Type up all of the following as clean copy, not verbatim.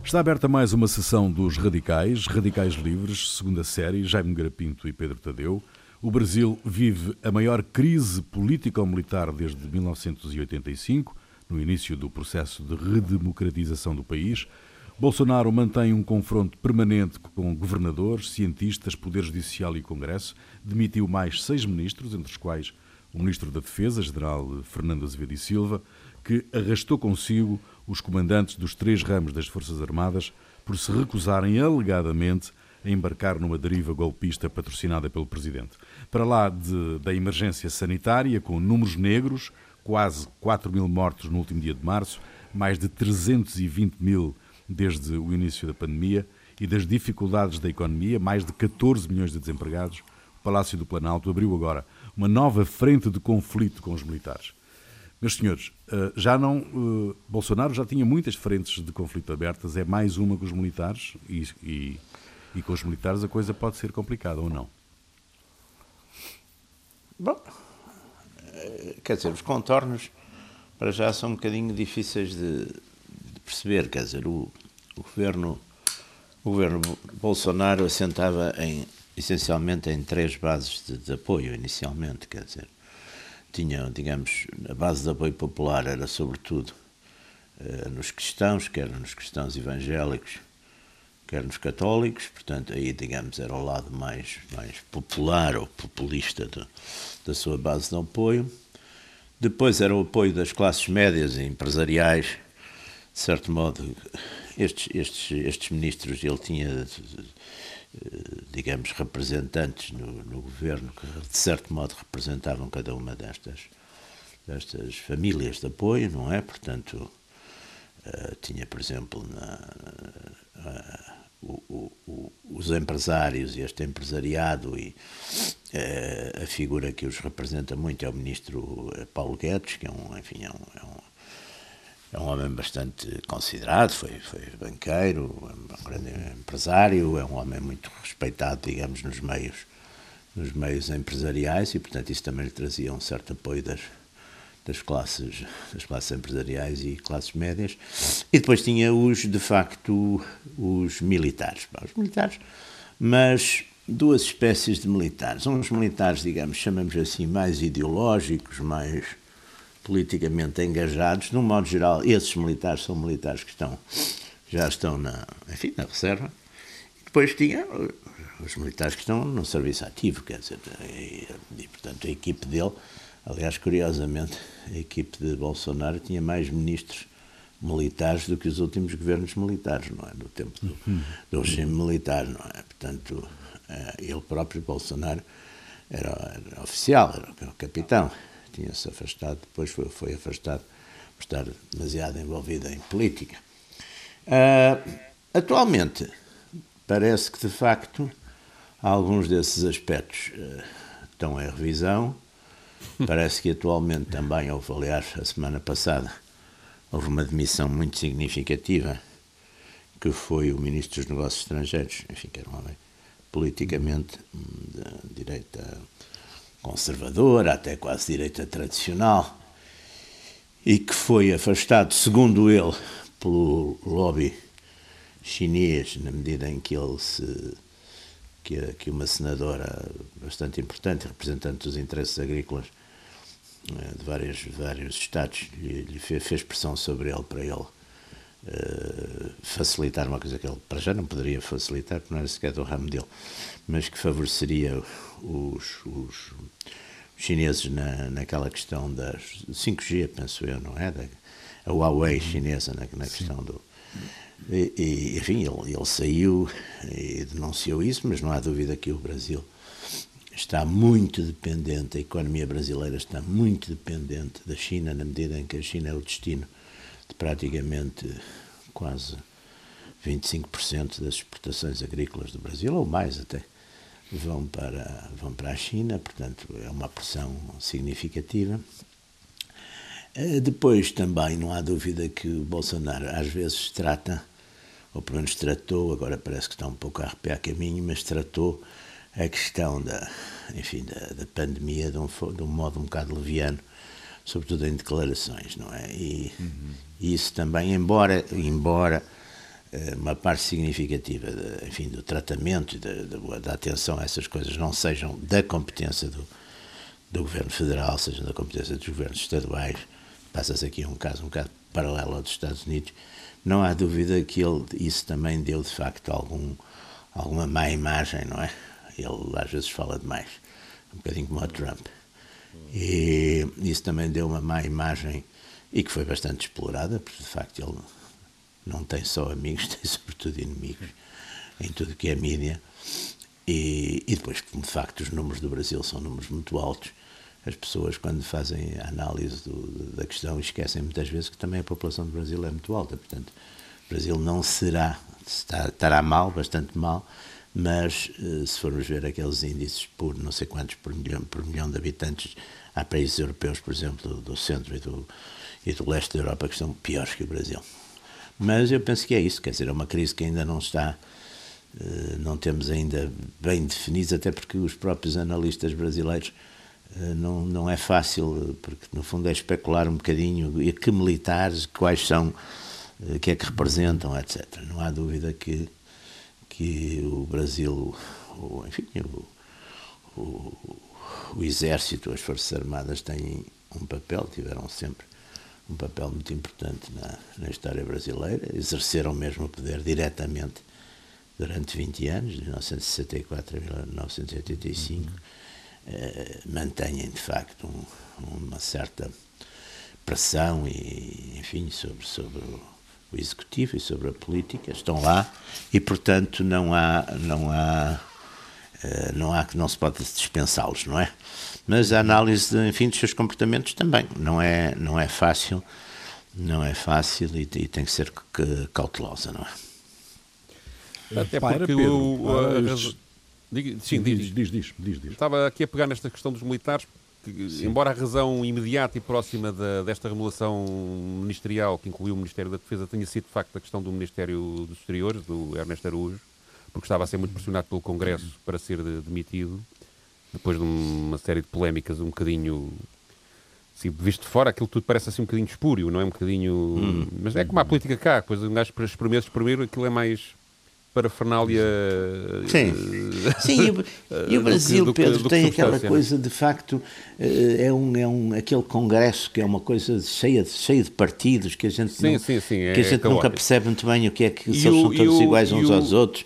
Está aberta mais uma sessão dos Radicais, Radicais Livres, segunda série, Jaime Nogueira Pinto e Pedro Tadeu. O Brasil vive a maior crise político-militar desde 1985, no início do processo de redemocratização do país. Bolsonaro mantém um confronto permanente com governadores, cientistas, Poder Judicial e Congresso. Demitiu mais 6 ministros, entre os quais o Ministro da Defesa, General Fernando Azevedo e Silva, que arrastou consigo os comandantes dos 3 ramos das Forças Armadas por se recusarem alegadamente a embarcar numa deriva golpista patrocinada pelo Presidente. Para lá da emergência sanitária, com números negros, quase 4 mil mortos no último dia de março, mais de 320 mil desde o início da pandemia, e das dificuldades da economia, mais de 14 milhões de desempregados, o Palácio do Planalto abriu agora uma nova frente de conflito com os militares. Meus senhores, Bolsonaro já tinha muitas frentes de conflito abertas, é mais uma com os militares e com os militares a coisa pode ser complicada ou não? Bom, quer dizer, os contornos para já são um bocadinho difíceis de perceber, quer dizer, o governo Bolsonaro assentava essencialmente em 3 bases de apoio inicialmente, quer dizer, tinha, digamos, a base de apoio popular era sobretudo nos cristãos, quer nos cristãos evangélicos, quer nos católicos, portanto aí, digamos, era o lado mais popular ou populista da sua base de apoio. Depois era o apoio das classes médias e empresariais, de certo modo, estes ministros, ele tinha, digamos, representantes no governo que, de certo modo, representavam cada uma destas famílias de apoio, não é? Portanto, tinha, por exemplo, os empresários e este empresariado, e a figura que os representa muito é o ministro Paulo Guedes, que é um homem bastante considerado, foi banqueiro, um grande empresário, é um homem muito respeitado, digamos, nos meios empresariais, e, portanto, isso também lhe trazia um certo apoio das classes empresariais e classes médias. E depois tinha de facto, os militares. Os militares, mas 2 espécies de militares. Uns militares, digamos, chamamos assim, mais ideológicos, mais politicamente engajados. De um modo geral, esses militares são militares que já estão na reserva. E depois tinha os militares que estão no serviço ativo, quer dizer, e portanto a equipe dele, aliás, curiosamente, a equipe de Bolsonaro tinha mais ministros militares do que os últimos governos militares, não é? No tempo do regime militar, não é? Portanto, ele próprio, Bolsonaro, era oficial, era o capitão. Tinha-se afastado, depois foi afastado por estar demasiado envolvido em política. Atualmente, parece que, de facto, alguns desses aspectos estão em revisão. Parece que atualmente também houve, aliás, a semana passada, houve uma demissão muito significativa, que foi o Ministro dos Negócios Estrangeiros, enfim, que era um homem politicamente de direita conservadora, até quase direita tradicional, e que foi afastado, segundo ele, pelo lobby chinês, na medida em que que uma senadora bastante importante, representante dos interesses agrícolas de vários estados, lhe fez pressão sobre ele para ele facilitar uma coisa que ele para já não poderia facilitar, porque não era sequer do ramo dele, mas que favoreceria os chineses naquela questão das 5G, penso eu, não é? A Huawei chinesa na questão do... enfim, ele saiu e denunciou isso, mas não há dúvida que o Brasil está muito dependente, a economia brasileira está muito dependente da China, na medida em que a China é o destino de praticamente quase 25% das exportações agrícolas do Brasil, ou mais até, vão para a China, portanto é uma pressão significativa. Depois também não há dúvida que o Bolsonaro às vezes trata, ou pelo menos tratou, agora parece que está um pouco a arrepiar caminho, mas tratou a questão da pandemia de um modo um bocado leviano, sobretudo em declarações, não é? E isso também, embora uma parte significativa enfim, do tratamento e da atenção a essas coisas não sejam da competência do Governo Federal, sejam da competência dos governos estaduais, passa-se aqui um caso um bocado paralelo ao dos Estados Unidos, não há dúvida que isso também deu, de facto, alguma má imagem, não é? Ele às vezes fala demais, um bocadinho como o Trump. E isso também deu uma má imagem e que foi bastante explorada, porque de facto ele não tem só amigos, tem sobretudo inimigos em tudo que é mídia. E depois, de facto, os números do Brasil são números muito altos. As pessoas, quando fazem a análise da questão, esquecem muitas vezes que também a população do Brasil é muito alta. Portanto, o Brasil não estará mal, bastante mal, mas se formos ver aqueles índices por não sei quantos por milhão de habitantes, há países europeus, por exemplo, do centro e do leste da Europa que estão piores que o Brasil. Mas eu penso que é isso, quer dizer, é uma crise que ainda não temos ainda bem definidos, até porque os próprios analistas brasileiros não é fácil, porque no fundo é especular um bocadinho e que militares, quais são, o que é que representam, etc. Não há dúvida que o Brasil, enfim, o Exército, as Forças Armadas têm tiveram sempre um papel muito importante na história brasileira, exerceram mesmo o poder diretamente durante 20 anos, de 1964 a 1985, mantêm de facto uma certa pressão e, enfim, sobre o executivo e sobre a política, estão lá e, portanto, não se pode dispensá-los, não é? Mas a análise, enfim, dos seus comportamentos também não é fácil e tem que ser cautelosa, não é? Até porque Diz. Estava aqui a pegar nesta questão dos militares, que, embora a razão imediata e próxima desta remodelação ministerial, que incluiu o Ministério da Defesa, tenha sido de facto a questão do Ministério dos Exteriores, do Ernesto Araújo, porque estava a ser muito pressionado pelo Congresso para ser demitido, depois de uma série de polémicas um bocadinho, assim, visto de fora, aquilo tudo parece assim um bocadinho espúrio, não é? Um bocadinho... Mas é como a política cá, depois um gajo primeiro aquilo é mais parafernália. Sim, e o Brasil, Pedro, tem aquela coisa, de facto, aquele congresso que é uma coisa cheia de partidos, que a gente, que a gente nunca percebe muito bem o que é que se eles são todos iguais uns aos outros.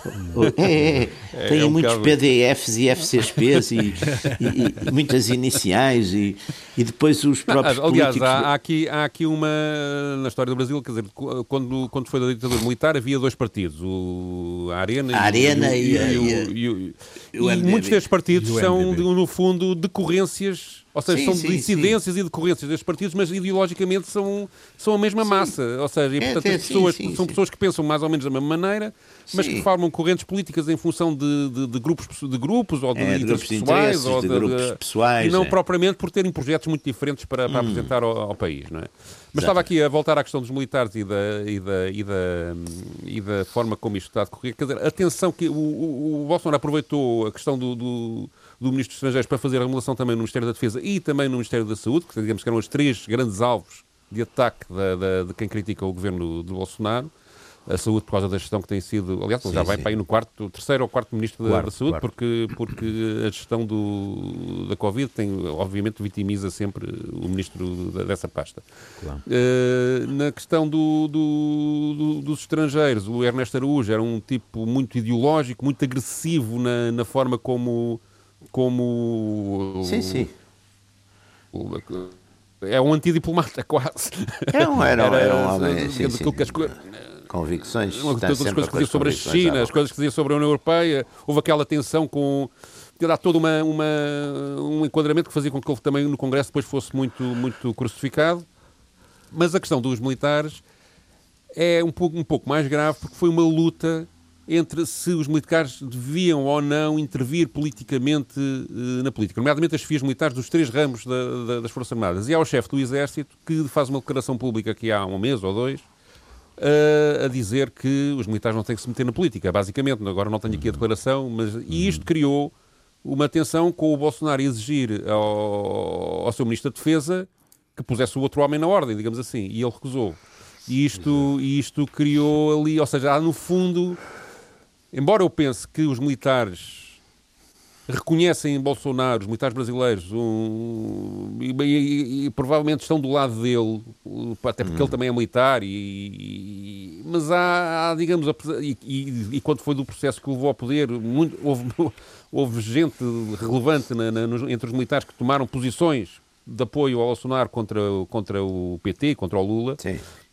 Tem muitos PDFs e FCSPs e muitas iniciais e depois os próprios aliás, políticos... há aqui uma... Na história do Brasil, quer dizer, quando foi da ditadura militar havia dois partidos, a Arena e muitos destes partidos são, no fundo, decorrências, ou seja, são incidências e decorrências destes partidos, mas ideologicamente são a mesma massa, ou seja, e, portanto, as pessoas são pessoas que pensam mais ou menos da mesma maneira, mas que formam correntes políticas em função de grupos ou de interesses pessoais, e não propriamente por terem projetos muito diferentes para apresentar ao país, não é? Mas estava aqui a voltar à questão dos militares e da forma como isto está a decorrer. Quer dizer, atenção que o Bolsonaro aproveitou a questão do Ministro dos Estrangeiros para fazer a remodelação também no Ministério da Defesa e também no Ministério da Saúde, que digamos que eram os três grandes alvos de ataque de quem critica o governo de Bolsonaro. A saúde por causa da gestão que tem sido... Aliás, já vai para aí no terceiro ou quarto Ministro da Saúde, porque a gestão da Covid obviamente vitimiza sempre o Ministro dessa pasta. Claro. Na questão dos estrangeiros, o Ernesto Araújo era um tipo muito ideológico, muito agressivo na forma como é um antidiplomata quase. Era um homem... Convicções. Todas as coisas que dizia sobre a China, as coisas que dizia sobre a União Europeia, houve aquela tensão com... Há todo um enquadramento que fazia com que ele também no Congresso depois fosse muito, muito crucificado. Mas a questão dos militares é um pouco mais grave, porque foi uma luta entre se os militares deviam ou não intervir politicamente na política, nomeadamente as chefias militares dos três ramos das Forças Armadas. E há o chefe do Exército que faz uma declaração pública aqui há um mês ou dois, a dizer que os militares não têm que se meter na política, basicamente. Agora não tenho aqui a declaração, e isto criou uma tensão com o Bolsonaro exigir ao seu Ministro da Defesa que pusesse o outro homem na ordem, digamos assim, e ele recusou. E isto criou ali, ou seja, há no fundo, embora eu pense que os militares reconhecem em Bolsonaro, os militares brasileiros, e provavelmente estão do lado dele, até porque ele também é militar, mas há digamos, e quando foi do processo que o levou ao poder, houve gente relevante entre os militares que tomaram posições de apoio ao Bolsonaro contra o PT, contra o Lula. Sim.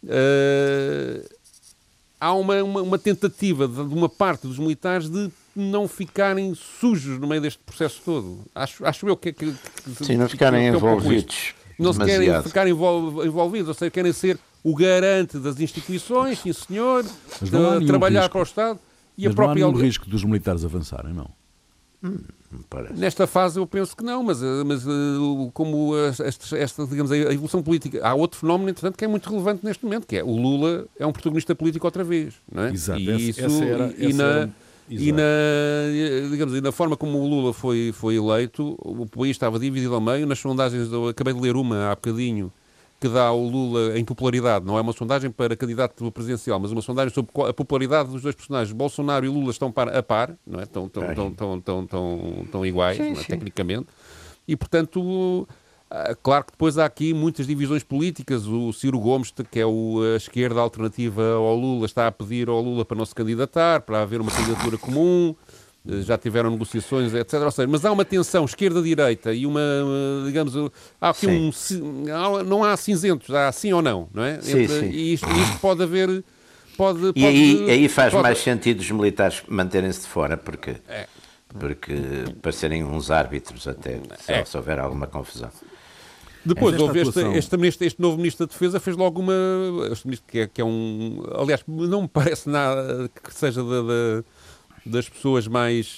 Há uma tentativa de uma parte dos militares de não ficarem sujos no meio deste processo todo. Acho eu que sim, não ficarem envolvidos. Não se querem ficar envolvidos, ou seja, querem ser o garante das instituições, sim senhor, trabalhar para o Estado. E a própria... não há nenhum risco dos militares avançarem, não? Nesta fase eu penso que não, mas como esta, digamos, a evolução política, há outro fenómeno, entretanto, que é muito relevante neste momento, que é o Lula é um protagonista político outra vez, não é? Exato. E na forma como o Lula foi eleito, o país estava dividido ao meio. Nas sondagens, eu acabei de ler uma há bocadinho, que dá ao Lula em popularidade. Não é uma sondagem para candidato presidencial, mas uma sondagem sobre a popularidade dos dois personagens. Bolsonaro e Lula estão a par, não é? Estão iguais, sim, não é? Tecnicamente. E, portanto, claro que depois há aqui muitas divisões políticas. O Ciro Gomes, que é a esquerda alternativa ao Lula, está a pedir ao Lula para não se candidatar, para haver uma candidatura comum. Já tiveram negociações, etc. Ou seja, mas há uma tensão esquerda-direita e digamos, há aqui não há cinzentos, há sim ou não, não é? Sim. E isto pode haver... aí faz mais sentido os militares manterem-se de fora, porque para serem uns árbitros até, se houver alguma confusão. Depois houve este novo Ministro da Defesa, fez logo este ministro que é um... Aliás, não me parece nada que seja das pessoas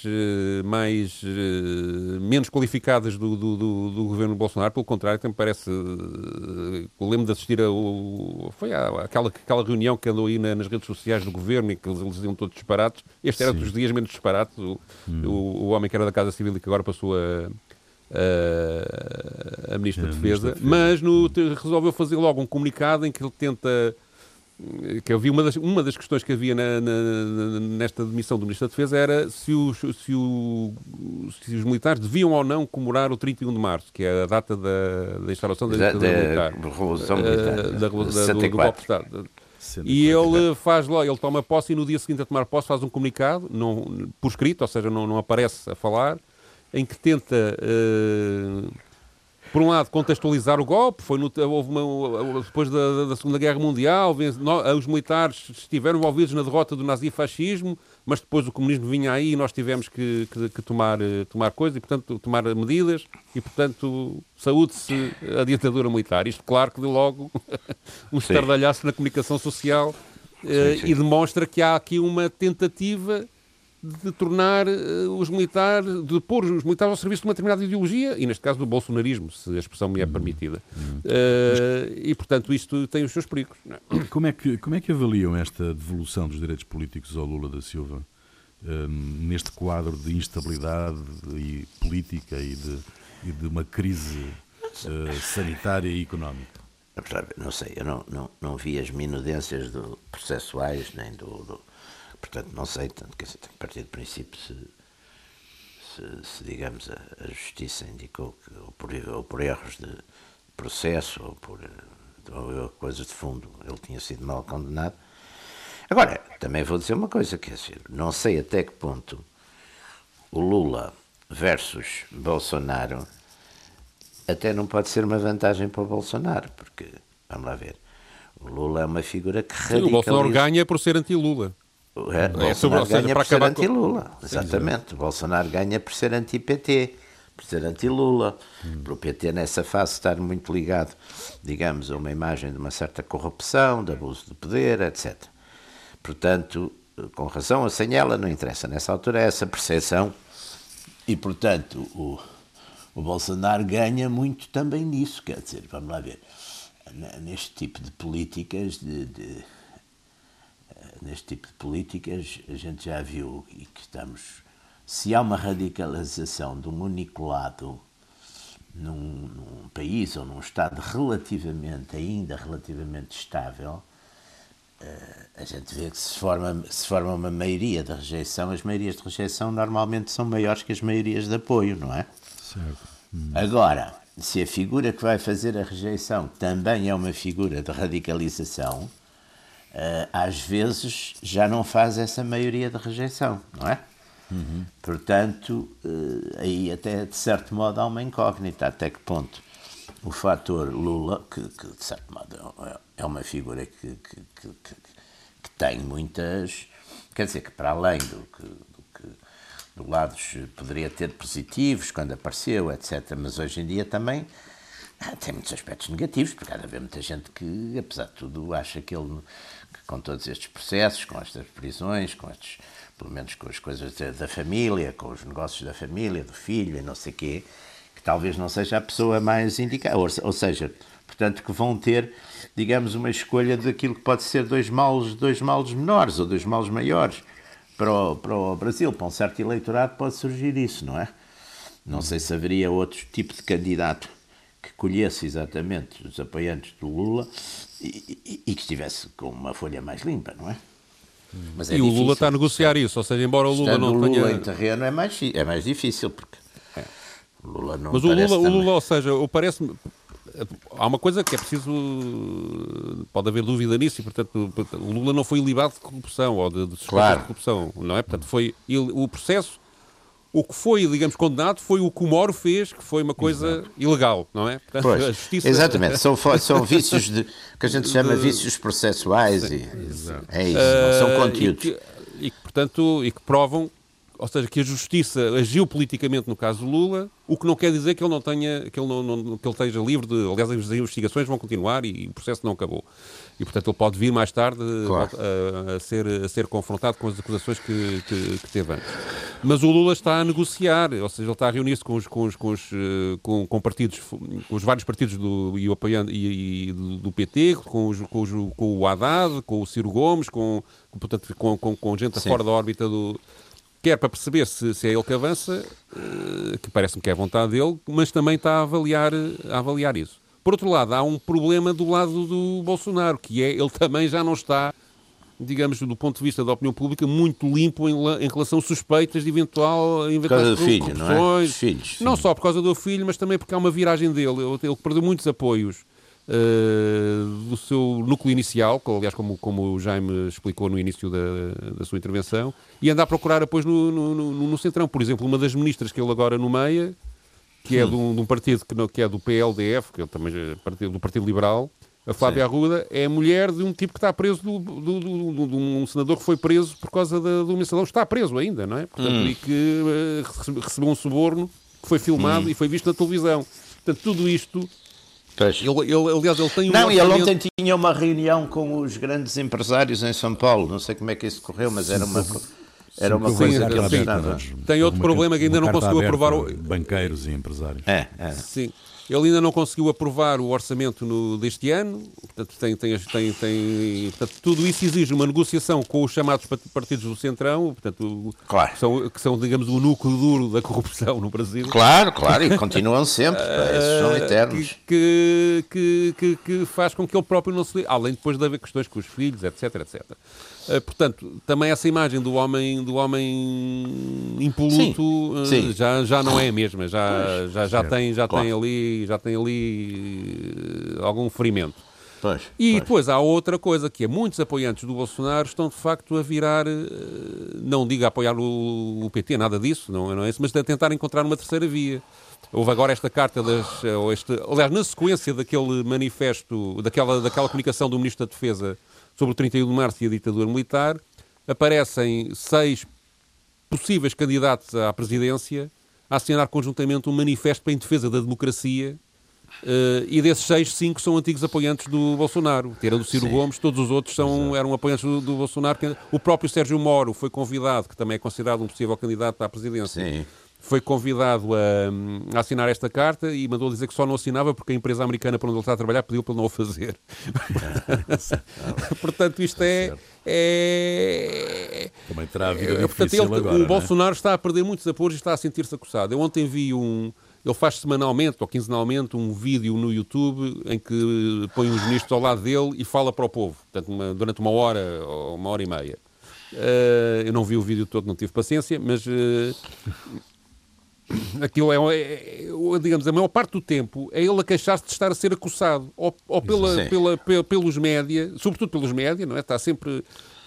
menos qualificadas do governo Bolsonaro. Pelo contrário, também parece... Eu lembro de assistir aquela reunião que andou aí nas redes sociais do governo e que eles diziam todos disparates. Este era dos dias menos disparates. O homem que era da Casa Civil e que agora passou a Ministra da Defesa. Mas resolveu fazer logo um comunicado em que ele tenta... que eu vi uma das questões que havia nesta demissão do Ministro da Defesa era se os militares deviam ou não comemorar o 31 de março, que é a data da instalação da Revolução Militar, do golpe de Estado. E ele ele toma posse e no dia seguinte a tomar posse faz um comunicado, por escrito, ou seja, não aparece a falar, em que tenta... por um lado, contextualizar o golpe. Depois da Segunda Guerra Mundial, os militares estiveram envolvidos na derrota do nazifascismo, mas depois o comunismo vinha aí e nós tivemos que tomar coisas e, portanto, tomar medidas e, portanto, saúde-se a ditadura militar. Isto, claro, que deu logo um estardalhaço na comunicação social e demonstra que há aqui uma tentativa de tornar de pôr os militares ao serviço de uma determinada ideologia, e neste caso do bolsonarismo, se a expressão me é permitida. E, portanto, isto tem os seus perigos. Não é? Como é que avaliam esta devolução dos direitos políticos ao Lula da Silva, neste quadro de instabilidade e política e de uma crise sanitária e económica? Não sei, eu não vi as minudências processuais, nem portanto, não sei, tanto que tenho que partir do princípio se digamos, a Justiça indicou que ou por erros de processo ou por coisas de fundo ele tinha sido mal condenado. Agora, também vou dizer uma coisa, que é assim, não sei até que ponto o Lula versus Bolsonaro até não pode ser uma vantagem para o Bolsonaro, porque, vamos lá ver, o Lula é uma figura que radicaliza... O Bolsonaro ganha por ser anti-Lula. Bolsonaro ganha por ser anti-Lula, exatamente. O Bolsonaro ganha por ser anti-PT, por ser anti-Lula, para o PT nessa fase estar muito ligado, digamos, a uma imagem de uma certa corrupção, de abuso de poder, etc. Portanto, com razão ou sem ela, não interessa nessa altura essa percepção e, portanto, o Bolsonaro ganha muito também nisso, quer dizer, vamos lá ver, neste tipo de políticas a gente já viu e que se há uma radicalização de um único lado num país ou num Estado ainda relativamente estável, a gente vê que se forma uma maioria de rejeição, as maiorias de rejeição normalmente são maiores que as maiorias de apoio, não é? Certo. Agora, se a figura que vai fazer a rejeição também é uma figura de radicalização, às vezes já não faz essa maioria de rejeição, não é? Portanto, aí até de certo modo há uma incógnita, até que ponto o fator Lula, que de certo modo é uma figura que tem muitas, quer dizer, que para além do lados poderia ter positivos quando apareceu, etc., mas hoje em dia também tem muitos aspectos negativos, porque há de haver muita gente que, apesar de tudo, acha que ele, que com todos estes processos, com estas prisões, com estes, pelo menos com as coisas da família, com os negócios da família, do filho e não sei o quê, que talvez não seja a pessoa mais indicada, ou seja, portanto, que vão ter, digamos, uma escolha daquilo que pode ser dois males menores ou dois males maiores. Para o Brasil, para um certo eleitorado, pode surgir isso, não é? Não sei se haveria outro tipo de candidato que colhesse exatamente os apoiantes do Lula e que estivesse com uma folha mais limpa, não é? Mas e o Lula está a negociar isso, ou seja, embora o Lula não tenha... o Lula em terreno é mais difícil, porque o Lula não mas o Lula, ou seja, parece-me... Há uma coisa que é preciso... Pode haver dúvida nisso, e, portanto, o Lula não foi ilibado de corrupção, ou de suspeita de corrupção, não é? Portanto, foi o processo... O que foi, digamos, condenado foi o que o Moro fez, que foi uma coisa ilegal, não é? Portanto, pois, a justiça... Exatamente, são vícios que a gente chama vícios processuais. Sim, é isso, não são conteúdos. Portanto, que provam, ou seja, que a justiça agiu politicamente no caso do Lula, o que não quer dizer que ele não tenha, que ele esteja livre de... Aliás, as investigações vão continuar e o processo não acabou. E, portanto, ele pode vir mais tarde a ser confrontado com as acusações que teve antes. Mas o Lula está a negociar, ou seja, ele está a reunir-se com partidos, com os vários partidos do PT, com o Haddad, com o Ciro Gomes, portanto, com gente fora da órbita do... Quer para perceber se é ele que avança, que parece-me que é a vontade dele, mas também está a avaliar isso. Por outro lado, há um problema do lado do Bolsonaro, que é, ele também já não está, digamos, do ponto de vista da opinião pública, muito limpo em relação a suspeitas de eventual por causa do filho, não é? Filhos, não só por causa do filho, mas também porque há uma viragem dele. Ele perdeu muitos apoios do seu núcleo inicial, aliás, como o Jaime explicou no início da sua intervenção, e anda a procurar apoios no Centrão. Por exemplo, uma das ministras que ele agora nomeia, que é de um partido que é do PLDF, que é também do Partido Liberal, a Flávia Arruda, é a mulher de um tipo que está preso, de um senador que foi preso por causa do mensalão. Está preso ainda, não é? Portanto, e que recebeu um suborno que foi filmado e foi visto na televisão. Portanto, tudo isto... Aliás, ele tem Não, e ele ontem tinha uma reunião com os grandes empresários em São Paulo. Não sei como é que isso correu, mas era uma coisa que ele estava... Tem outro problema que ainda não conseguiu aprovar... Banqueiros e empresários. Sim. Ele ainda não conseguiu aprovar o orçamento deste ano, portanto, portanto, tudo isso exige uma negociação com os chamados partidos do Centrão, portanto, que são, digamos, o núcleo duro da corrupção no Brasil. Claro, e continuam sempre, esses são eternos. Que faz com que ele próprio não se... Além depois de haver questões com os filhos, etc. Portanto, também essa imagem do homem impoluto já não é a mesma, já tem ali algum ferimento. Depois há outra coisa, que é muitos apoiantes do Bolsonaro estão de facto a virar, não digo a apoiar o PT, nada disso, não é isso, mas a tentar encontrar uma terceira via. Houve agora esta carta, aliás, na sequência daquele manifesto, daquela comunicação do Ministro da Defesa sobre o 31 de março e a ditadura militar, aparecem 6 possíveis candidatos à presidência a assinar conjuntamente um manifesto em defesa da democracia, e desses 6, 5 são antigos apoiantes do Bolsonaro. Tirando o Ciro Gomes, todos os outros eram apoiantes do Bolsonaro. O próprio Sérgio Moro foi convidado, que também é considerado um possível candidato à presidência, foi convidado a assinar esta carta e mandou dizer que só não assinava porque a empresa americana para onde ele está a trabalhar pediu para ele não o fazer. Portanto, isto também terá a vida difícil agora, o Bolsonaro está a perder muitos apoios e está a sentir-se acossado. Eu ontem vi ele faz semanalmente ou quinzenalmente um vídeo no YouTube em que põe os ministros ao lado dele e fala para o povo, portanto, durante 1 hora ou 1 hora e meia. Eu não vi o vídeo todo, não tive paciência, mas aquilo digamos, a maior parte do tempo é ele a queixar-se de estar a ser acossado, ou pelos média, sobretudo pelos média, não é? Está sempre...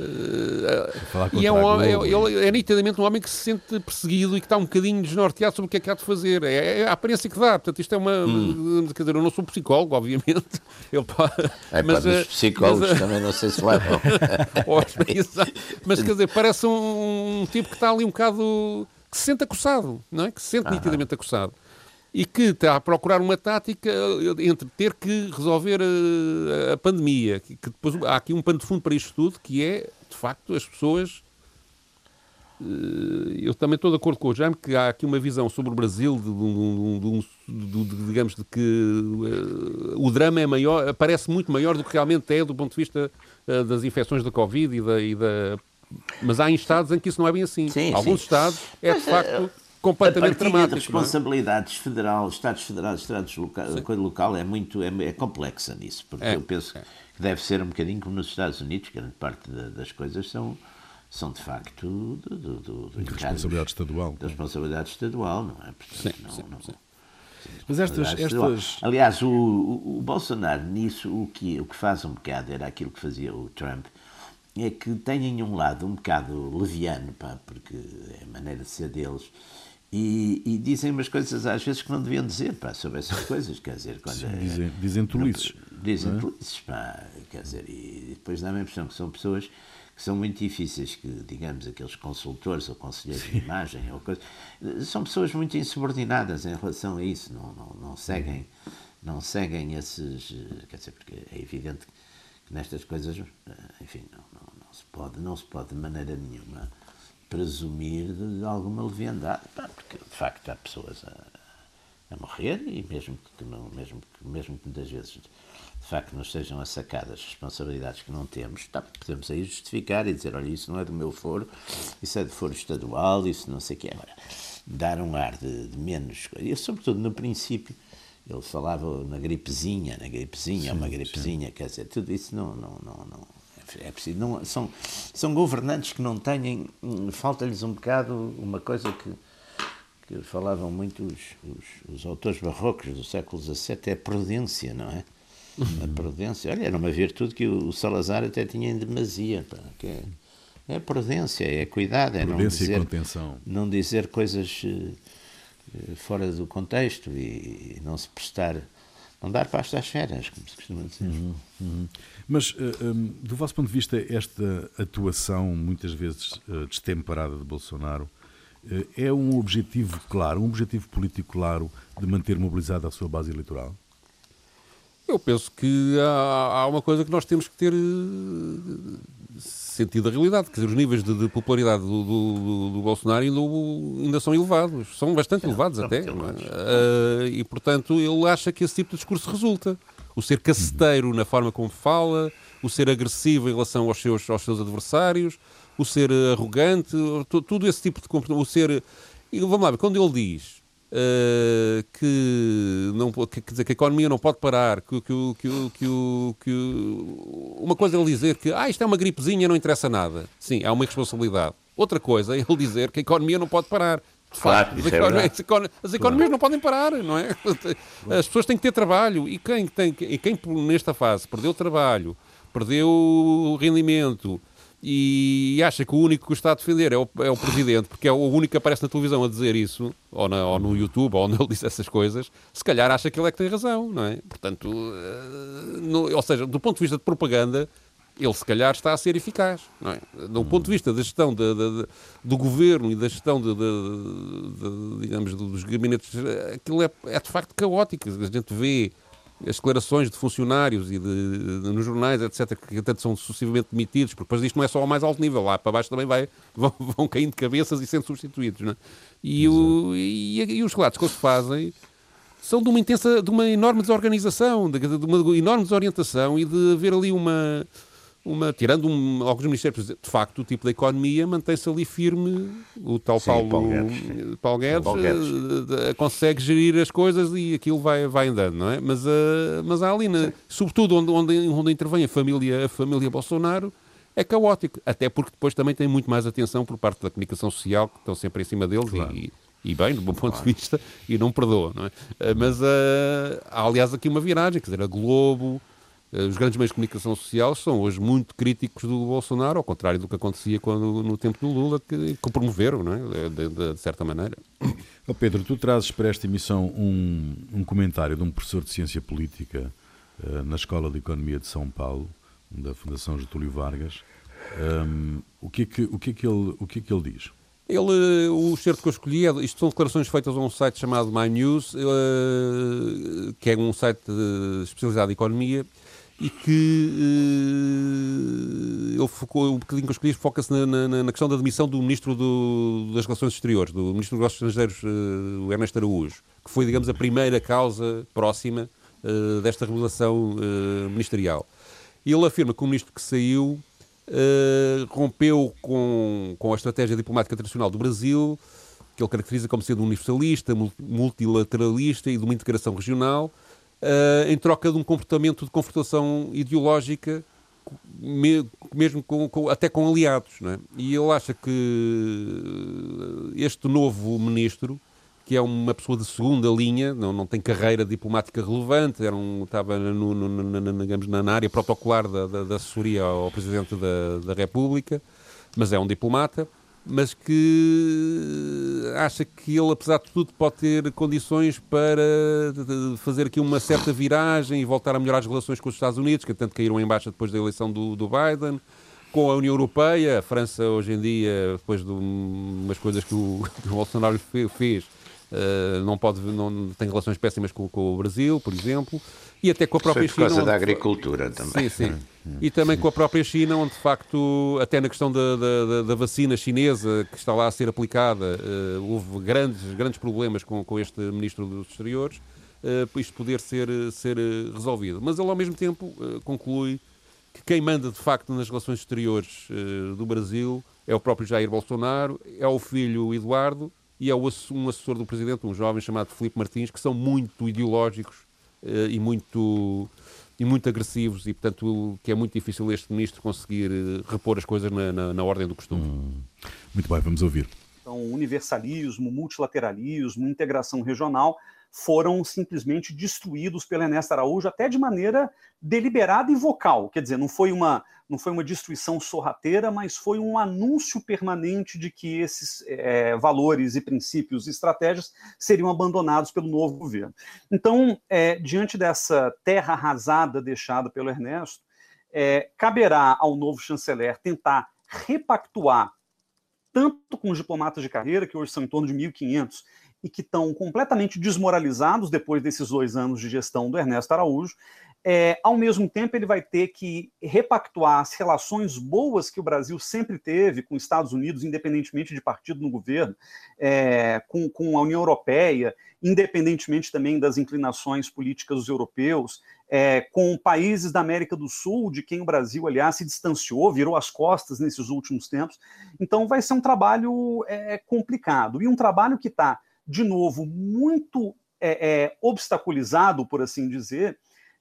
e é nitidamente um homem que se sente perseguido e que está um bocadinho desnorteado sobre o que é que há de fazer. É a aparência que dá. Portanto, isto é uma... Quer dizer, eu não sou psicólogo, obviamente. Mas os psicólogos também não sei se levam. Mas, quer dizer, parece um tipo que está ali um bocado... que se sente acossado, não é? Que se sente nitidamente acossado. E que está a procurar uma tática entre ter que resolver a pandemia, que depois há aqui um pano de fundo para isto tudo, que é, de facto, as pessoas... Eu também estou de acordo com o Jaime que há aqui uma visão sobre o Brasil, digamos, de que o drama é maior, parece muito maior do que realmente é do ponto de vista das infecções da Covid mas há estados em que isso não é bem assim. Sim, alguns estados é, de facto... completamente dramático. A responsabilidades Estados federados, Estados locais, a coisa local é complexa nisso, porque eu penso que deve ser um bocadinho como nos Estados Unidos, que grande parte das coisas são de facto de responsabilidade estadual. Da responsabilidade estadual, não é? Portanto, sim. Mas estas... Aliás, o Bolsonaro nisso, o que faz um bocado, era aquilo que fazia o Trump, é que têm um lado um bocado leviano, porque é a maneira de ser deles, e dizem umas coisas às vezes que não deviam dizer, sobre essas coisas, quer dizer... Dizem tolices. Dizem tolices, quer dizer, e depois dá-me a impressão que são pessoas que são muito difíceis, que, digamos, aqueles consultores ou conselheiros de imagem, ou coisa, são pessoas muito insubordinadas em relação a isso, não seguem esses... Quer dizer, porque é evidente que nestas coisas, enfim, não se pode de maneira nenhuma presumir de alguma leviandade, porque de facto há pessoas a morrer e mesmo que muitas vezes de facto nos sejam assacadas responsabilidades que não temos, podemos aí justificar e dizer, olha, isso não é do meu foro, isso é do foro estadual, isso não sei o que é. Agora, dar um ar de menos coisa, e sobretudo no princípio ele falava na gripezinha, uma gripezinha, quer dizer, tudo isso não é preciso, são governantes que não têm, falta-lhes um bocado uma coisa que falavam muito os autores barrocos do século XVII, é a prudência, não é? A prudência, olha, era uma virtude que o Salazar até tinha em demasia, que é a prudência, é cuidado, é prudência e contenção. Não dizer coisas fora do contexto e não se prestar... Não dar pasto às feras, como se costuma dizer. Mas, do vosso ponto de vista, esta atuação, muitas vezes destemperada de Bolsonaro, é um objetivo claro, um objetivo político claro de manter mobilizada a sua base eleitoral? Eu penso que há uma coisa que nós temos que ter sentido da realidade, quer dizer, os níveis de popularidade do Bolsonaro ainda são elevados, são bastante elevados até, e portanto ele acha que esse tipo de discurso resulta. O ser caceteiro na forma como fala, o ser agressivo em relação aos seus adversários, o ser arrogante, tudo esse tipo de comportamento, o ser... E vamos lá ver, quando ele diz quer dizer, que a economia não pode parar, uma coisa é ele dizer que isto é uma gripezinha, não interessa nada. Sim, é uma irresponsabilidade. Outra coisa é ele dizer que a economia não pode parar. Claro, as economias não podem parar, não é? As pessoas têm que ter trabalho e quem nesta fase perdeu trabalho, perdeu o rendimento e acha que o único que o está a defender é o Presidente, porque é o único que aparece na televisão a dizer isso, ou no YouTube, ou onde ele diz essas coisas, se calhar acha que ele é que tem razão, não é? Portanto, ou seja, do ponto de vista de propaganda, ele se calhar está a ser eficaz, não é? Do ponto de vista da gestão do governo e da gestão digamos, dos gabinetes, aquilo é de facto caótico. A gente vê as declarações de funcionários e nos jornais, etc., que até são sucessivamente demitidos, porque depois isto não é só ao mais alto nível, lá para baixo também vão caindo de cabeças e sendo substituídos, não é? E os relatos que eles fazem são de uma enorme desorganização, de uma enorme desorientação e de haver ali tirando alguns ministérios, de facto, o tipo da economia mantém-se ali firme. O tal Paulo Guedes consegue gerir as coisas e aquilo vai andando, não é? Mas há ali, sobretudo onde intervém a família Bolsonaro, é caótico. Até porque depois também tem muito mais atenção por parte da comunicação social, que estão sempre em cima deles, claro. E bem, do bom ponto de vista, e não perdoa, não é? Mas há, aliás, aqui uma viragem, quer dizer, a Globo, os grandes meios de comunicação social são hoje muito críticos do Bolsonaro, ao contrário do que acontecia no tempo do Lula, que o promoveram, não é? De certa maneira. Oh Pedro, tu trazes para esta emissão um comentário de um professor de Ciência Política na Escola de Economia de São Paulo, da Fundação Getúlio Vargas. O que é que ele diz? O excerto que eu escolhi, isto são declarações feitas a um site chamado My News, que é um site especializado em economia, e que ele focou, um bocadinho que eu escolhi, foca-se na questão da demissão do Ministro das Relações Exteriores, do Ministro dos Negócios Estrangeiros, o Ernesto Araújo, que foi, digamos, a primeira causa próxima desta revelação ministerial. E ele afirma que o ministro que saiu rompeu com a estratégia diplomática tradicional do Brasil, que ele caracteriza como sendo universalista, multilateralista e de uma integração regional, em troca de um comportamento de confrontação ideológica, mesmo até com aliados, não é? E ele acha que este novo ministro, que é uma pessoa de segunda linha, não tem carreira diplomática relevante, estava digamos, na área protocolar da assessoria ao Presidente da República, mas é um diplomata, mas que acha que ele, apesar de tudo, pode ter condições para fazer aqui uma certa viragem e voltar a melhorar as relações com os Estados Unidos, que tanto caíram em baixa depois da eleição do Biden, com a União Europeia. A França, hoje em dia, depois de umas coisas que o Bolsonaro fez, não tem relações péssimas com o Brasil, por exemplo, e até com a própria China. Por causa da agricultura também. Sim. E também com a própria China, onde de facto, até na questão da vacina chinesa que está lá a ser aplicada, houve grandes problemas com este Ministro dos Exteriores, para isto poder ser resolvido. Mas ele, ao mesmo tempo, conclui que quem manda de facto nas relações exteriores do Brasil é o próprio Jair Bolsonaro, é o filho Eduardo, e é um assessor do Presidente, um jovem chamado Filipe Martins, que são muito ideológicos e muito agressivos, e portanto que é muito difícil este ministro conseguir repor as coisas na ordem do costume. Muito bem, vamos ouvir. Então, universalismo, multilateralismo, integração regional foram simplesmente destruídos pelo Ernesto Araújo, até de maneira deliberada e vocal. Quer dizer, não foi uma destruição sorrateira, mas foi um anúncio permanente de que esses valores e princípios e estratégias seriam abandonados pelo novo governo. Então, diante dessa terra arrasada deixada pelo Ernesto, caberá ao novo chanceler tentar repactuar tanto com os diplomatas de carreira, que hoje são em torno de 1.500, e que estão completamente desmoralizados depois desses 2 anos de gestão do Ernesto Araújo. Ao mesmo tempo, ele vai ter que repactuar as relações boas que o Brasil sempre teve com os Estados Unidos, independentemente de partido no governo, com a União Europeia, independentemente também das inclinações políticas dos europeus, com países da América do Sul, de quem o Brasil, aliás, se distanciou, virou as costas nesses últimos tempos. Então, vai ser um trabalho complicado, e um trabalho que está, de novo, muito obstaculizado, por assim dizer,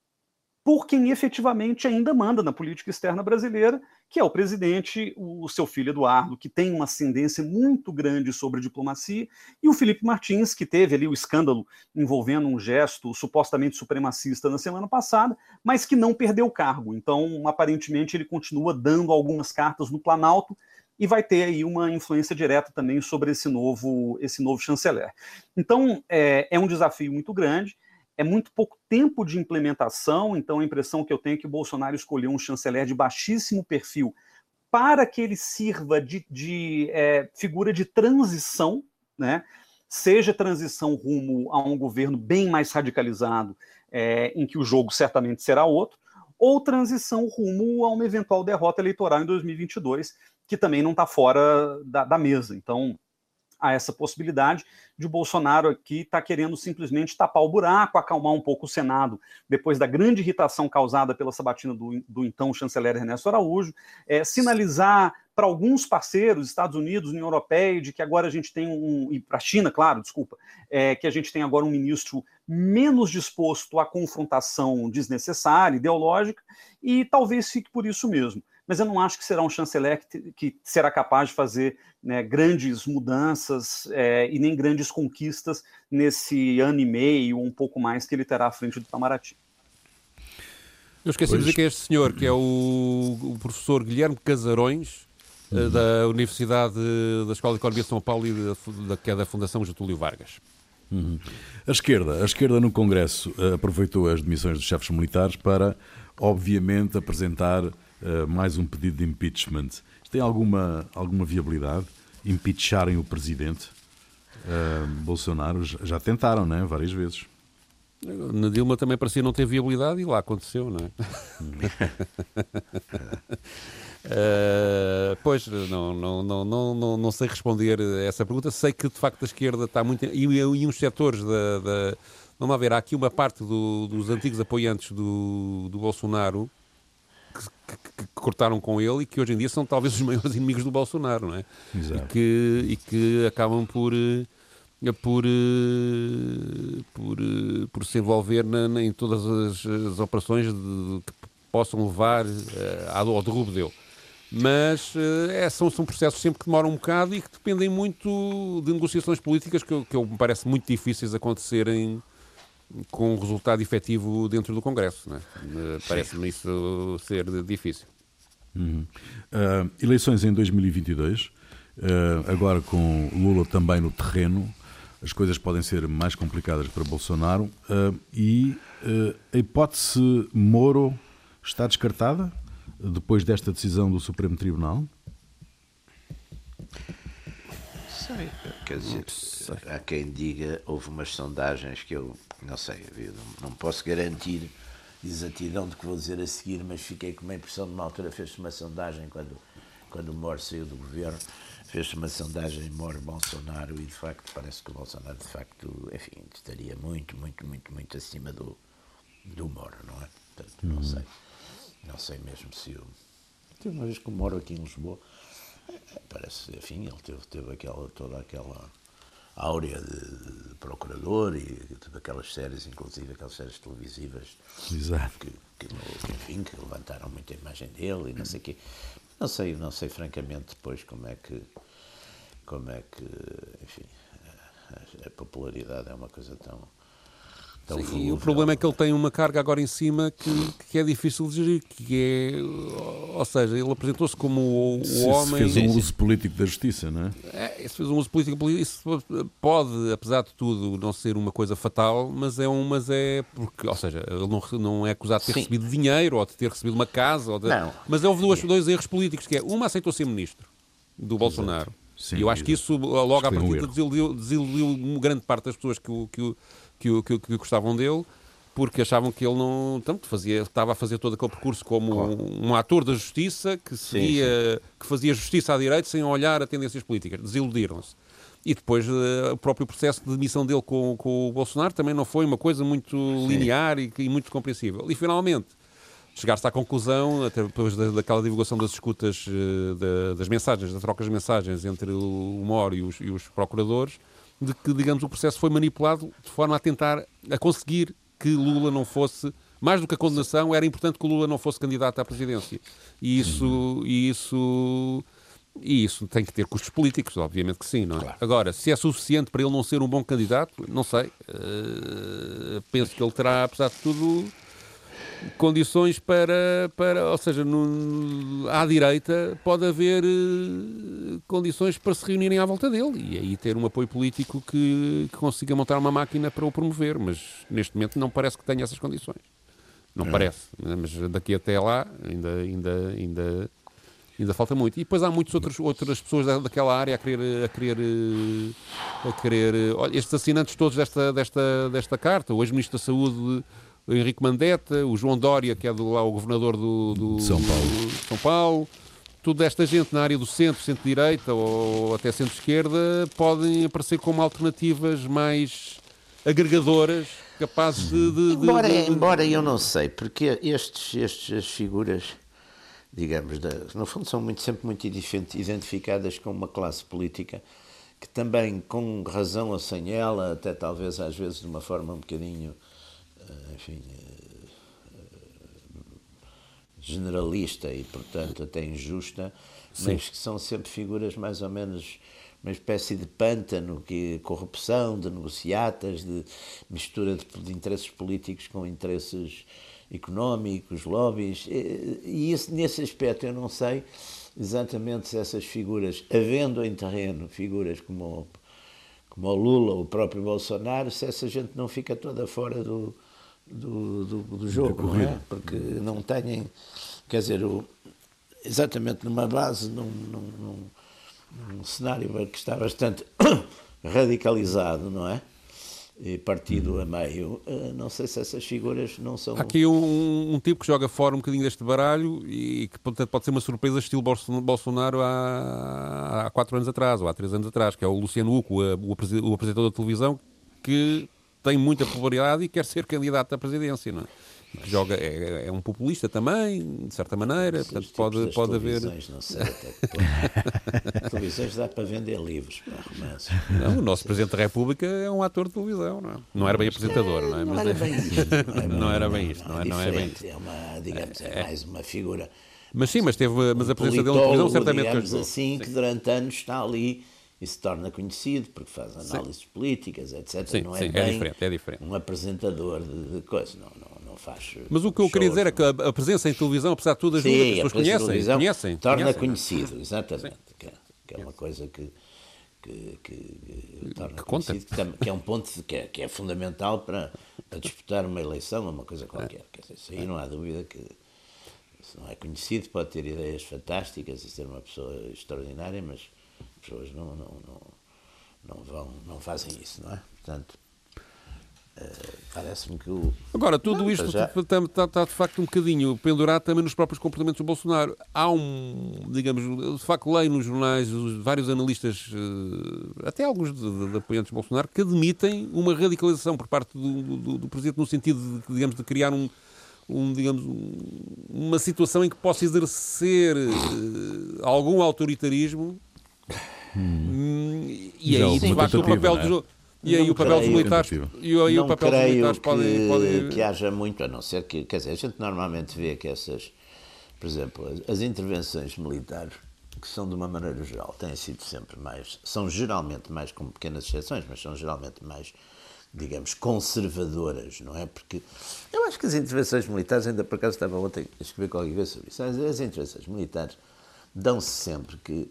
por quem efetivamente ainda manda na política externa brasileira, que é o presidente, o seu filho Eduardo, que tem uma ascendência muito grande sobre a diplomacia, e o Filipe Martins, que teve ali o escândalo envolvendo um gesto supostamente supremacista na semana passada, mas que não perdeu o cargo. Então, aparentemente, ele continua dando algumas cartas no Planalto e vai ter aí uma influência direta também sobre esse novo chanceler. Então, é um desafio muito grande. É muito pouco tempo de implementação, então a impressão que eu tenho é que o Bolsonaro escolheu um chanceler de baixíssimo perfil para que ele sirva de figura de transição, né? Seja transição rumo a um governo bem mais radicalizado, em que o jogo certamente será outro, ou transição rumo a uma eventual derrota eleitoral em 2022, que também não está fora da mesa. Então, a essa possibilidade de Bolsonaro aqui estar querendo simplesmente tapar o buraco, acalmar um pouco o Senado, depois da grande irritação causada pela sabatina do então chanceler Ernesto Araújo, sinalizar para alguns parceiros, Estados Unidos, União Europeia, de que agora a gente tem e para a China, claro, desculpa, que a gente tem agora um ministro menos disposto à confrontação desnecessária, ideológica, e talvez fique por isso mesmo. Mas eu não acho que será um chanceler que será capaz de fazer, né, grandes mudanças e nem grandes conquistas nesse ano e meio, ou um pouco mais, que ele terá à frente do Itamaraty. Eu esqueci de dizer que é este senhor, que é o professor Guilherme Casarões, da Universidade da Escola de Economia de São Paulo e que é da Fundação Getúlio Vargas. A esquerda no Congresso aproveitou as demissões dos chefes militares para, obviamente, apresentar mais um pedido de impeachment. Tem alguma viabilidade? Impeacharem o presidente? Bolsonaro já tentaram, não é? Várias vezes. Na Dilma também parecia não ter viabilidade e lá aconteceu, não é? Pois, não sei responder a essa pergunta. Sei que, de facto, a esquerda está muito... E uns setores Vamos ver, há aqui uma parte dos antigos apoiantes do Bolsonaro que cortaram com ele e que hoje em dia são talvez os maiores inimigos do Bolsonaro, não é? Exato. E que acabam por se envolver em todas as operações que possam levar ao derrubo dele. Mas são processos sempre que demoram um bocado e que dependem muito de negociações políticas que me parece muito difíceis acontecerem com um resultado efetivo dentro do Congresso, não é? Parece-me isso ser difícil. Eleições em 2022, agora com Lula também no terreno, as coisas podem ser mais complicadas para Bolsonaro e a hipótese Moro está descartada depois desta decisão do Supremo Tribunal? Sei, quer dizer, há quem diga, houve umas sondagens que eu não sei, eu não posso garantir exatidão do que vou dizer a seguir, mas fiquei com uma impressão de uma altura fez-se uma sondagem quando o Moro saiu do governo, fez-se uma sondagem Moro-Bolsonaro e de facto parece que o Bolsonaro de facto, enfim, estaria muito acima do Moro, não é? Portanto, não sei mesmo se eu... Tive uma vez que o Moro aqui em Lisboa, parece, enfim, ele teve toda aquela áurea de procurador e aquelas séries, inclusive aquelas séries televisivas. Exato. Que levantaram muita imagem dele e não sei o quê. Não sei francamente depois como é que enfim, a popularidade é uma coisa tão Sim, e o problema é que ele tem uma carga agora em cima que é difícil de gerir, ou seja, ele apresentou-se como o homem... Se fez um uso político da justiça, não é? Se fez um uso político, isso pode, apesar de tudo, não ser uma coisa fatal, mas é porque, ou seja, ele não é acusado de ter recebido dinheiro ou de ter recebido uma casa, mas houve dois erros políticos, que é, uma aceitou ser ministro do Bolsonaro, Sim, e eu acho que isso logo à partida desiludiu grande parte das pessoas que gostavam dele, porque achavam que ele não estava a fazer todo aquele percurso como um ator da justiça que fazia justiça à direita sem olhar a tendências políticas. Desiludiram-se. E depois o próprio processo de demissão dele com o Bolsonaro também não foi uma coisa muito linear e muito compreensível. E finalmente chegar-se à conclusão, até depois daquela divulgação das escutas, das mensagens, das trocas de mensagens entre o Moro e os procuradores, de que, digamos, o processo foi manipulado de forma a conseguir que Lula não fosse, mais do que a condenação, era importante que o Lula não fosse candidato à presidência. E isso tem que ter custos políticos, obviamente que sim, não é? Claro. Agora, se é suficiente para ele não ser um bom candidato, não sei. Penso que ele terá, apesar de tudo, condições para ou seja, à direita pode haver condições para se reunirem à volta dele e aí ter um apoio político que consiga montar uma máquina para o promover, mas neste momento não parece que tenha essas condições. Não parece, mas daqui até lá ainda falta muito. E depois há muitas outras pessoas daquela área a querer olha, estes assinantes todos desta carta, o ex-ministro da Saúde o Henrique Mandetta, o João Dória, que é o governador do São Paulo. São Paulo, toda esta gente na área do centro, centro-direita ou até centro-esquerda podem aparecer como alternativas mais agregadoras, capazes Embora eu não sei, porque as figuras, digamos, no fundo são sempre muito identificadas com uma classe política que também, com razão ou sem ela, até talvez às vezes de uma forma um bocadinho, enfim, generalista e, portanto, até injusta, mas que são sempre figuras mais ou menos uma espécie de pântano, corrupção, de negociatas, de mistura de interesses políticos com interesses económicos, lobbies, e nesse aspecto eu não sei exatamente se essas figuras, havendo em terreno figuras como o Lula, o próprio Bolsonaro, se essa gente não fica toda fora do jogo, não é? Porque não têm, quer dizer, exatamente numa base, num cenário que está bastante radicalizado, não é? E partido a meio, não sei se essas figuras não são... Há aqui um tipo que joga fora um bocadinho deste baralho e que, portanto, pode ser uma surpresa estilo Bolsonaro há 4 anos atrás, ou há 3 anos atrás, que é o Luciano Huck, o apresentador da televisão, que tem muita popularidade e quer ser candidato à presidência, não é? Que joga, é um populista também, de certa maneira, portanto pode haver... Não sei até televisões dá para vender livros, para romances. Não, o nosso Presidente da República é um ator de televisão, não é? Não era bem apresentador, não é? Não era bem isto. Não era bem isto, não é bem isto. É uma, digamos, é mais uma figura... Mas sim, mas a presença dele na televisão certamente digamos assim, que durante anos está ali e se torna conhecido porque faz análises políticas, etc. Sim, não é sim, bem é diferente. Um apresentador de coisas, não faz. Mas o que eu queria dizer é que a presença em televisão, apesar de tudo, ajuda, as pessoas conhecem. Torna conhecido, exatamente. Que é uma coisa que torna conhecido, que é um ponto que é fundamental para disputar uma eleição ou uma coisa qualquer. Quer dizer, isso aí não há dúvida que, se não é conhecido, pode ter ideias fantásticas e ser uma pessoa extraordinária, mas as pessoas não fazem isso, não é? Portanto, parece-me que Agora, tudo isto está de facto um bocadinho pendurado também nos próprios comportamentos do Bolsonaro. Há digamos, de facto leio nos jornais vários analistas, até alguns de apoiantes de Bolsonaro, que admitem uma radicalização por parte do Presidente no sentido de, digamos, de criar digamos, uma situação em que possa exercer algum autoritarismo e aí, de facto, o papel dos... E aí o papel dos militares pode... que haja muito, a não ser que, quer dizer, a gente normalmente vê que por exemplo, as intervenções militares, que são de uma maneira geral, têm sido sempre são geralmente mais, com pequenas exceções, mas são geralmente mais, digamos, conservadoras, não é? Porque eu acho que as intervenções militares, ainda por acaso estava ontem a escrever qualquer coisa sobre isso, as intervenções militares dão-se sempre que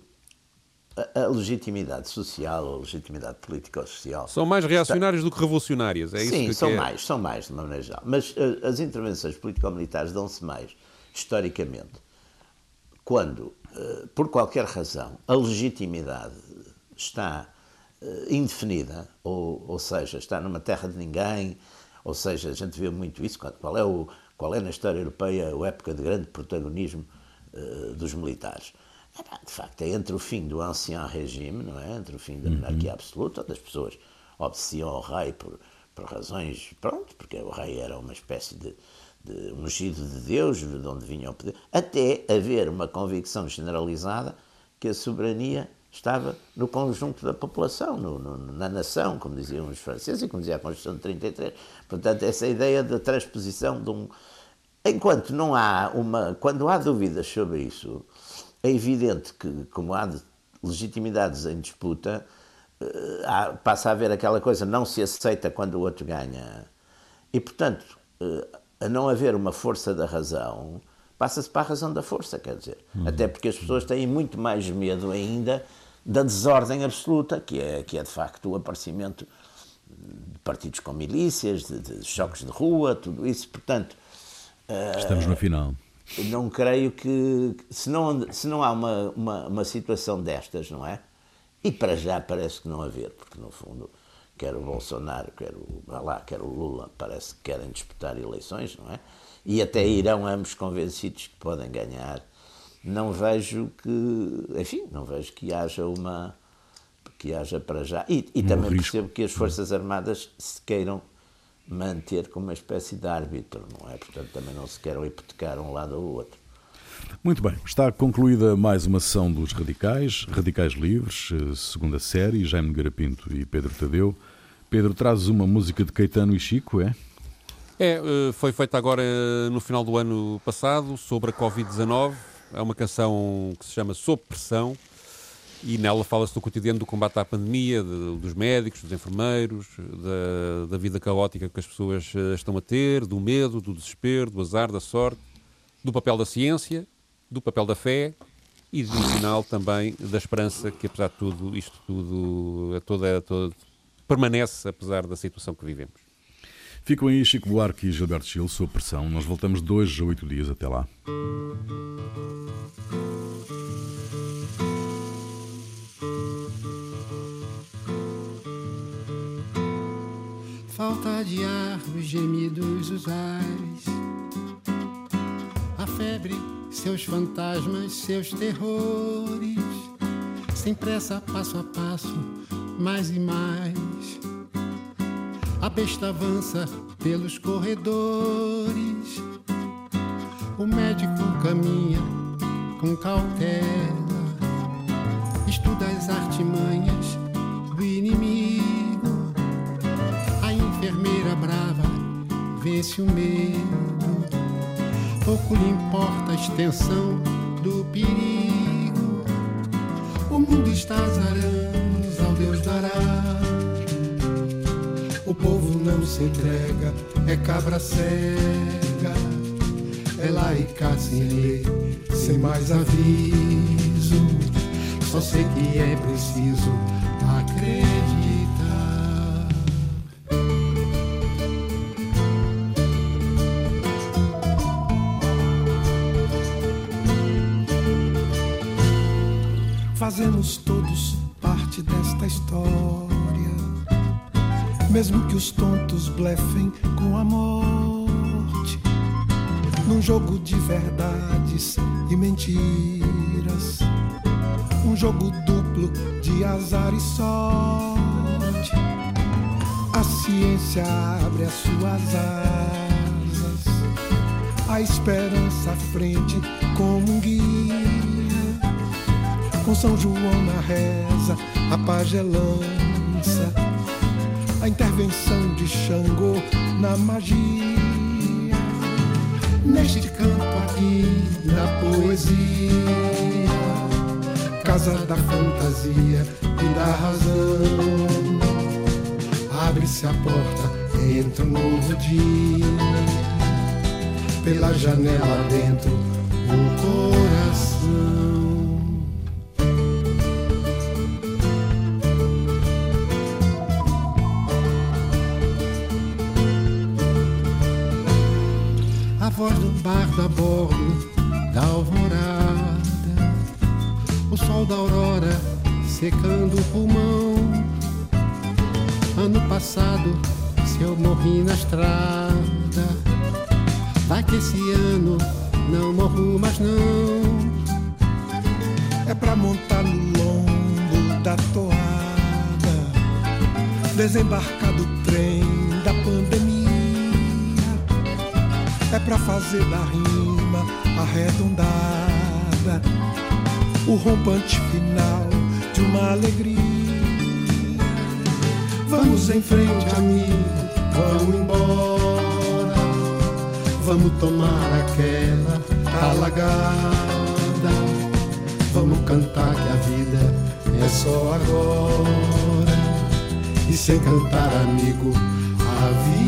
a legitimidade social ou a legitimidade política ou social... São mais reacionárias do que revolucionárias, é isso? Sim, são mais, de uma maneira geral. Mas as intervenções político-militares dão-se mais, historicamente, quando, por qualquer razão, a legitimidade está indefinida, ou seja, está numa terra de ninguém, ou seja, a gente vê muito isso, qual é na história europeia a época de grande protagonismo dos militares. De facto, é entre o fim do ancien regime, não é? Entre o fim da monarquia absoluta, onde as pessoas obedeciam ao rei por razões, porque o rei era uma espécie de ungido de Deus, de onde vinha o poder, até haver uma convicção generalizada que a soberania estava no conjunto da população, na nação, como diziam os franceses e como dizia a Constituição de 33. Portanto, essa ideia da transposição de Enquanto não há quando há dúvidas sobre isso, é evidente que, como há legitimidades em disputa, passa a haver aquela coisa, não se aceita quando o outro ganha. E, portanto, a não haver uma força da razão, passa-se para a razão da força, quer dizer. Até porque as pessoas têm muito mais medo ainda da desordem absoluta, que é de facto o aparecimento de partidos com milícias, de choques de rua, tudo isso. Portanto, estamos no final. Não creio que, se não há uma situação destas, não é? E para já parece que não haver, porque no fundo, quer o Bolsonaro, quer o Lula, parece que querem disputar eleições, não é? E até irão ambos convencidos que podem ganhar não vejo que haja para já. E também percebo que as Forças Armadas se queiram manter como uma espécie de árbitro, não é? Portanto, também não se queiram hipotecar um lado ou outro. Muito bem, está concluída mais uma sessão dos Radicais Livres, segunda série, Jaime Nogueira Pinto e Pedro Tadeu. Pedro, trazes uma música de Caetano e Chico, é? Foi feita agora no final do ano passado, sobre a Covid-19. É uma canção que se chama Sob Pressão, e nela fala-se do cotidiano do combate à pandemia, dos médicos, dos enfermeiros, da vida caótica que as pessoas estão a ter, do medo, do desespero, do azar, da sorte, do papel da ciência, do papel da fé e, no final, também da esperança que, apesar de tudo, isto tudo permanece, apesar da situação que vivemos. Ficam aí Chico Buarque e Gilberto Gil, Sob Pressão. Nós voltamos 2 a 8 dias. Até lá. Falta de ar, os gemidos usais, a febre, seus fantasmas, seus terrores, sem pressa, passo a passo, mais e mais. A besta avança pelos corredores, o médico caminha com cautela, estuda as artimanhas do inimigo. A enfermeira brava vence o medo, pouco lhe importa a extensão do perigo. O mundo está às aranhas, ao Deus dará. O povo não se entrega, é cabra cega, é laica sem lei, sem mais aviso. Só sei que é preciso acreditar. Fazemos todos parte desta história, mesmo que os tontos blefem com a morte, num jogo de verdades e mentiras, um jogo duplo de azar e sorte. A ciência abre as suas asas, a esperança à frente como um guia. Com São João na reza, a pagelança, a intervenção de Xangô na magia. Neste canto aqui da poesia, casa da fantasia e da razão, abre-se a porta, entra um novo dia, pela janela dentro o coração. A voz do bardo a bordo da alvorada, o sol da aurora secando o pulmão. Ano passado, se eu morri na estrada, vai que esse ano não morro mais não. É pra montar no lombo da toada, desembarcar do trem da pandemia. É pra fazer da rima arredondada o rompante final de uma alegria. Vamos em frente, amigo, vamos embora, vamos tomar aquela talagada, vamos cantar que a vida é só agora, e sem cantar, amigo, a vida